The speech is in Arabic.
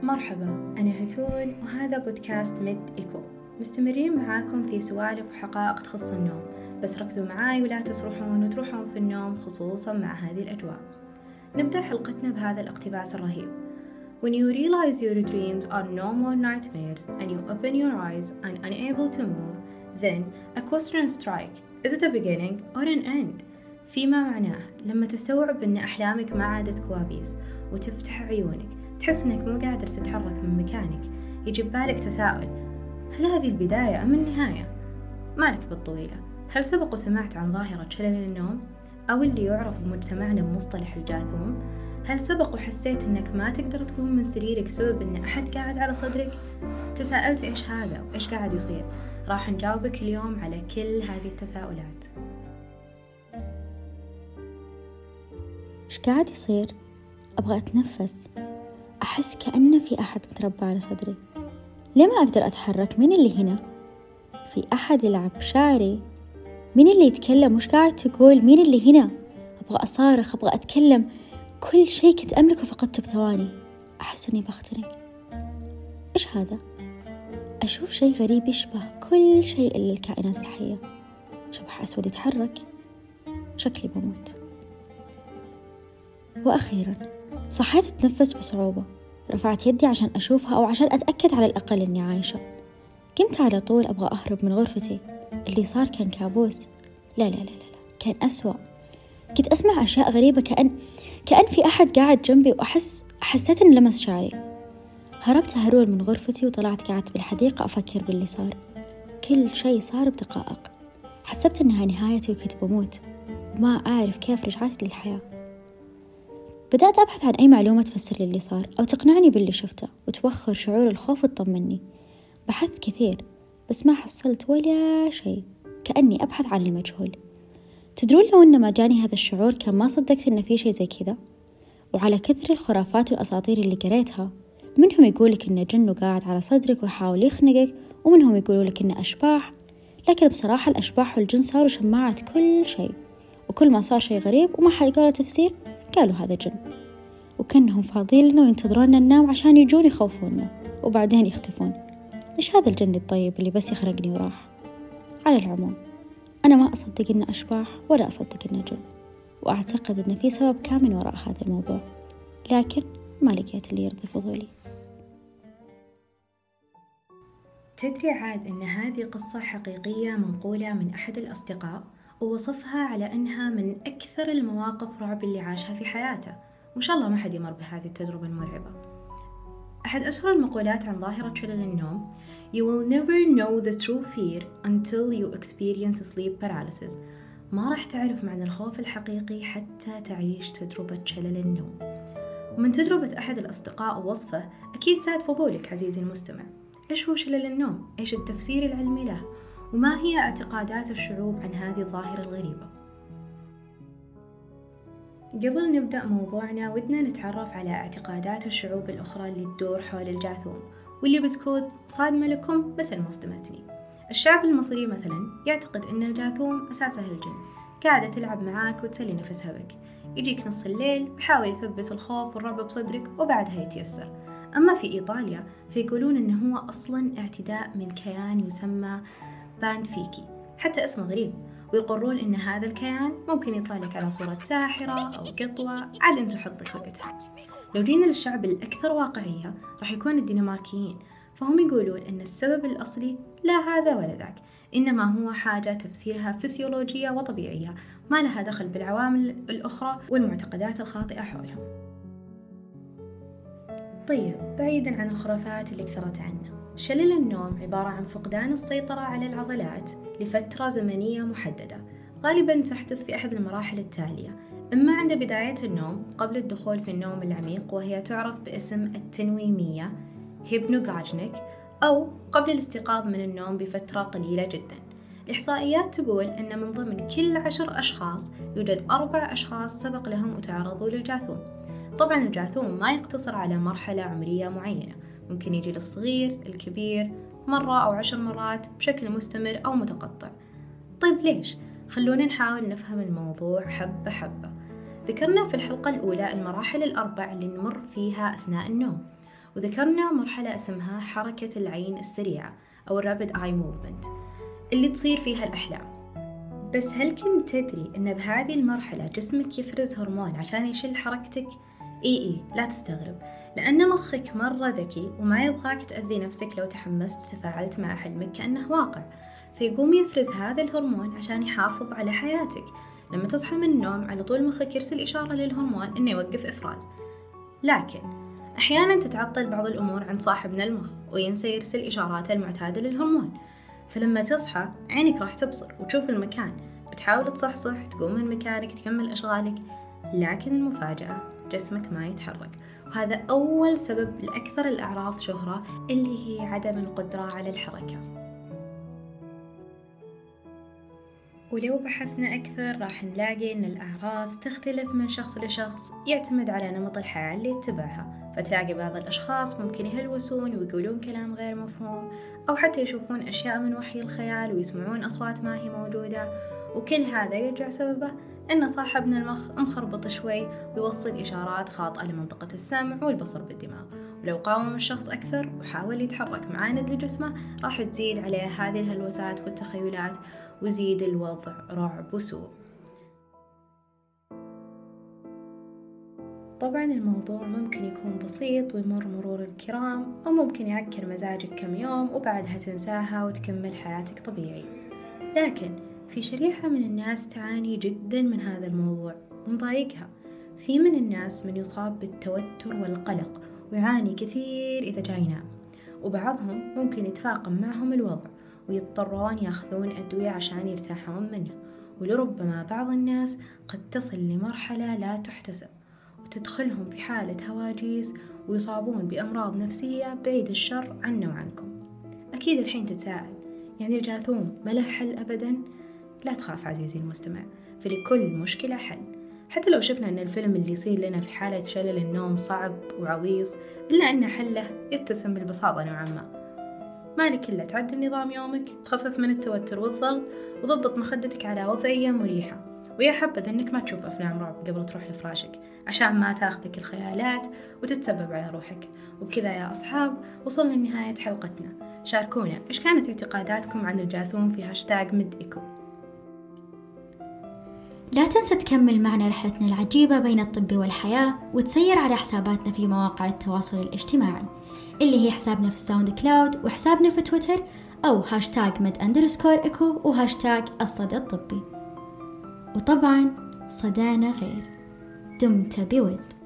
مرحبا، أنا هتون وهذا بودكاست ميد إيكو. مستمرين معاكم في سوالف وحقائق تخص النوم، بس ركزوا معاي ولا تسرحون وتروحون في النوم خصوصا مع هذه الأجواء. نبدأ حلقتنا بهذا الاقتباس الرهيب. When you realize your dreams are no more nightmares and you open your eyes and unable to move, then a question strikes. Is it a beginning or an end? فيما معناه لما تستوعب أن أحلامك ما عادت كوابيس وتفتح عيونك تحس أنك مو قادر تتحرك من مكانك، يجي ببالك تساؤل: هل هذه البداية أم النهاية؟ مالك بالطويلة، هل سبق وسمعت عن ظاهرة شلل النوم أو اللي يعرف بمجتمعنا بمصطلح الجاثوم؟ هل سبق وحسيت أنك ما تقدر تقوم من سريرك بسبب أن أحد قاعد على صدرك؟ تساءلت إيش هذا وإيش قاعد يصير؟ راح نجاوبك اليوم على كل هذه التساؤلات. إيش قاعد يصير؟ أبغى أتنفس، أحس كأن في أحد متربع على صدري. ليه ما أقدر أتحرك؟ مين اللي هنا؟ في أحد يلعب بشعري؟ مين اللي يتكلم؟ وش قاعد تقول؟ مين اللي هنا؟ أبغى أصارخ، أبغى أتكلم، كل شيء كنت أملكه فقدته بثواني. أحس أني بختنق. إيش هذا؟ أشوف شيء غريب يشبه كل شيء إلا الكائنات الحية. شبح أسود يتحرك، شكلي بموت. وأخيرا صحيت أتنفس بصعوبة، رفعت يدي عشان أشوفها أو عشان أتأكد على الأقل أني عايشة. قمت على طول أبغى أهرب من غرفتي. اللي صار كان كابوس. لا لا لا لا، كان أسوأ. كنت أسمع أشياء غريبة، كأن في أحد قاعد جنبي، وحسيت إن لمس شعري. هربت هرول من غرفتي وطلعت قعدت بالحديقة أفكر باللي صار. كل شيء صار بدقائق. حسبت إنها نهايتي وكنت بموت وما أعرف كيف رجعت للحياة. بدأت أبحث عن أي معلومة تفسر لي اللي صار أو تقنعني باللي شفته، وتوخر شعور الخوف وتطمني. بحثت كثير بس ما حصلت ولا شيء، كأني أبحث عن المجهول. تدرون لو إن ما جاني هذا الشعور كان ما صدقت إن في شيء زي كذا. وعلى كثر الخرافات والأساطير اللي قريتها، منهم يقولك إن جنه قاعد على صدرك ويحاول يخنقك، ومنهم يقولولك إن أشباح. لكن بصراحة الأشباح والجن صاروا شماعة كل شيء، وكل ما صار شيء غريب وما حد قال تفسير قالوا هذا جن، وكأنهم فاضيين لنا وينتظرون ننام عشان يجون يخوفونا وبعدين يختفون. إيش هذا الجن الطيب اللي بس يخرقني وراح؟ على العموم أنا ما أصدق إنه أشباح ولا أصدق إنه جن، وأعتقد إن في سبب كامن وراء هذا الموضوع، لكن ما لقيت اللي يرضي فضولي. تدري عاد أن هذه قصة حقيقية منقولة من أحد الأصدقاء، ووصفها على أنها من أكثر المواقف رعب اللي عاشها في حياته، وإن شاء الله ما حد يمر بهذه التجربة المرعبة. أحد أشهر المقولات عن ظاهرة شلل النوم: You will never know the true fear until you experience sleep paralysis. ما راح تعرف معنى الخوف الحقيقي حتى تعيش تجربة شلل النوم. ومن تجربة أحد الأصدقاء ووصفه أكيد زاد فضولك عزيزي المستمع. إيش هو شلل النوم؟ إيش التفسير العلمي له؟ وما هي اعتقادات الشعوب عن هذه الظاهرة الغريبة؟ قبل نبدأ موضوعنا ودنا نتعرف على اعتقادات الشعوب الأخرى اللي تدور حول الجاثوم، واللي بتكون صادمة لكم مثل ما صدمتني. الشعب المصري مثلا يعتقد أن الجاثوم أساسه الجن، قاعدة تلعب معاك وتسلي نفسها بك، يجيك نص الليل ويحاول يثبت الخوف والرعب بصدرك وبعدها يتيسر. أما في إيطاليا فيقولون أنه هو أصلا اعتداء من كيان يسمى باندفيكي، حتى اسمه غريب، ويقرون إن هذا الكيان ممكن يطلع لك على صورة ساحرة أو قطوة، عاد انت حظك وقتها. لو جينا للشعب الأكثر واقعية راح يكون الدنماركيين، فهم يقولون إن السبب الأصلي لا هذا ولا ذاك، إنما هو حاجة تفسيرها فسيولوجية وطبيعية، ما لها دخل بالعوامل الأخرى والمعتقدات الخاطئة حولهم. طيب، بعيداً عن الخرافات اللي كثرت عنه، شلل النوم عبارة عن فقدان السيطرة على العضلات لفترة زمنية محددة، غالباً تحدث في أحد المراحل التالية: إما عند بداية النوم قبل الدخول في النوم العميق وهي تعرف باسم التنويمية هيبنوغاجنيك، أو قبل الاستيقاظ من النوم بفترة قليلة جداً. الإحصائيات تقول أن من ضمن كل 10 أشخاص يوجد 4 أشخاص سبق لهم وتعرضوا للجاثوم. طبعاً الجاثوم ما يقتصر على مرحلة عمرية معينة، ممكن يجي للصغير الكبير مرة أو 10 مرات بشكل مستمر أو متقطع. طيب ليش؟ خلونا نحاول نفهم الموضوع حبة حبة. ذكرنا في الحلقة الأولى المراحل ال4 اللي نمر فيها أثناء النوم، وذكرنا مرحلة اسمها حركة العين السريعة أو Rapid Eye Movement اللي تصير فيها الأحلام. بس هل كنت تدري أن بهذه المرحلة جسمك يفرز هرمون عشان يشل حركتك؟ إيه لا تستغرب، لأن مخك مرة ذكي وما يبغاك تأذي نفسك لو تحمست وتفاعلت مع حلمك كأنه واقع، فيقوم يفرز هذا الهرمون عشان يحافظ على حياتك. لما تصحى من النوم على طول مخك يرسل إشارة للهرمون إنه يوقف إفراز. لكن أحيانا تتعطل بعض الأمور عند صاحبنا المخ وينسى يرسل إشاراته المعتادة للهرمون، فلما تصحى عينك راح تبصر وتشوف المكان، بتحاول تصحصح تقوم من مكانك تكمل أشغالك، لكن المفاجأة جسمك ما يتحرك. وهذا أول سبب لأكثر الأعراض شهرة اللي هي عدم القدرة على الحركة. ولو بحثنا أكثر راح نلاقي أن الأعراض تختلف من شخص لشخص، يعتمد على نمط الحياة اللي يتبعها. فتلاقي بعض الأشخاص ممكن يهلوسون ويقولون كلام غير مفهوم، أو حتى يشوفون أشياء من وحي الخيال ويسمعون أصوات ما هي موجودة، وكل هذا يرجع سببه أن صاحبنا المخ مخربط شوي ويوصل إشارات خاطئة لمنطقة السمع والبصر بالدماغ. ولو قاوم الشخص أكثر وحاول يتحرك معاند لجسمه راح تزيد عليه هذه الهلوسات والتخيلات ويزيد الوضع رعب وسوء. طبعا الموضوع ممكن يكون بسيط ويمر مرور الكرام، أو ممكن يعكر مزاجك كم يوم وبعدها تنساها وتكمل حياتك طبيعي. لكن في شريحة من الناس تعاني جدا من هذا الموضوع ومضايقها. في من الناس من يصاب بالتوتر والقلق ويعاني كثير إذا جاي ينام، وبعضهم ممكن يتفاقم معهم الوضع ويضطرون ياخذون أدوية عشان يرتاحون منه، ولربما بعض الناس قد تصل لمرحلة لا تحتسب وتدخلهم في حالة هواجيس ويصابون بأمراض نفسية بعيد الشر عنا وعنكم. أكيد الحين تتساءل، يعني الجاثوم ما له حل أبدا؟ لا تخاف عزيزي المستمع، فلكل مشكلة حل. حتى لو شفنا أن الفيلم اللي يصير لنا في حالة شلل النوم صعب وعويص، إلا أن حله يتسم بالبساطة نوعا ما. مالك إلا تعدل نظام يومك، تخفف من التوتر والضغط، وضبط مخدتك على وضعية مريحة. ويا حبذا أنك ما تشوف أفلام رعب قبل تروح لفراشك عشان ما تاخذك الخيالات وتتسبب على روحك. وبكذا يا أصحاب وصلنا لنهاية حلقتنا. شاركونا إيش كانت اعتقاداتكم عن الجاثوم في هاشتاج مدإيكو. لا تنسى تكمل معنا رحلتنا العجيبة بين الطب والحياة، وتسير على حساباتنا في مواقع التواصل الاجتماعي اللي هي حسابنا في الساوند كلاود وحسابنا في تويتر، أو هاشتاج #med_eco وهاشتاج الصدى الطبي. وطبعا صدانا غير. دمت بود.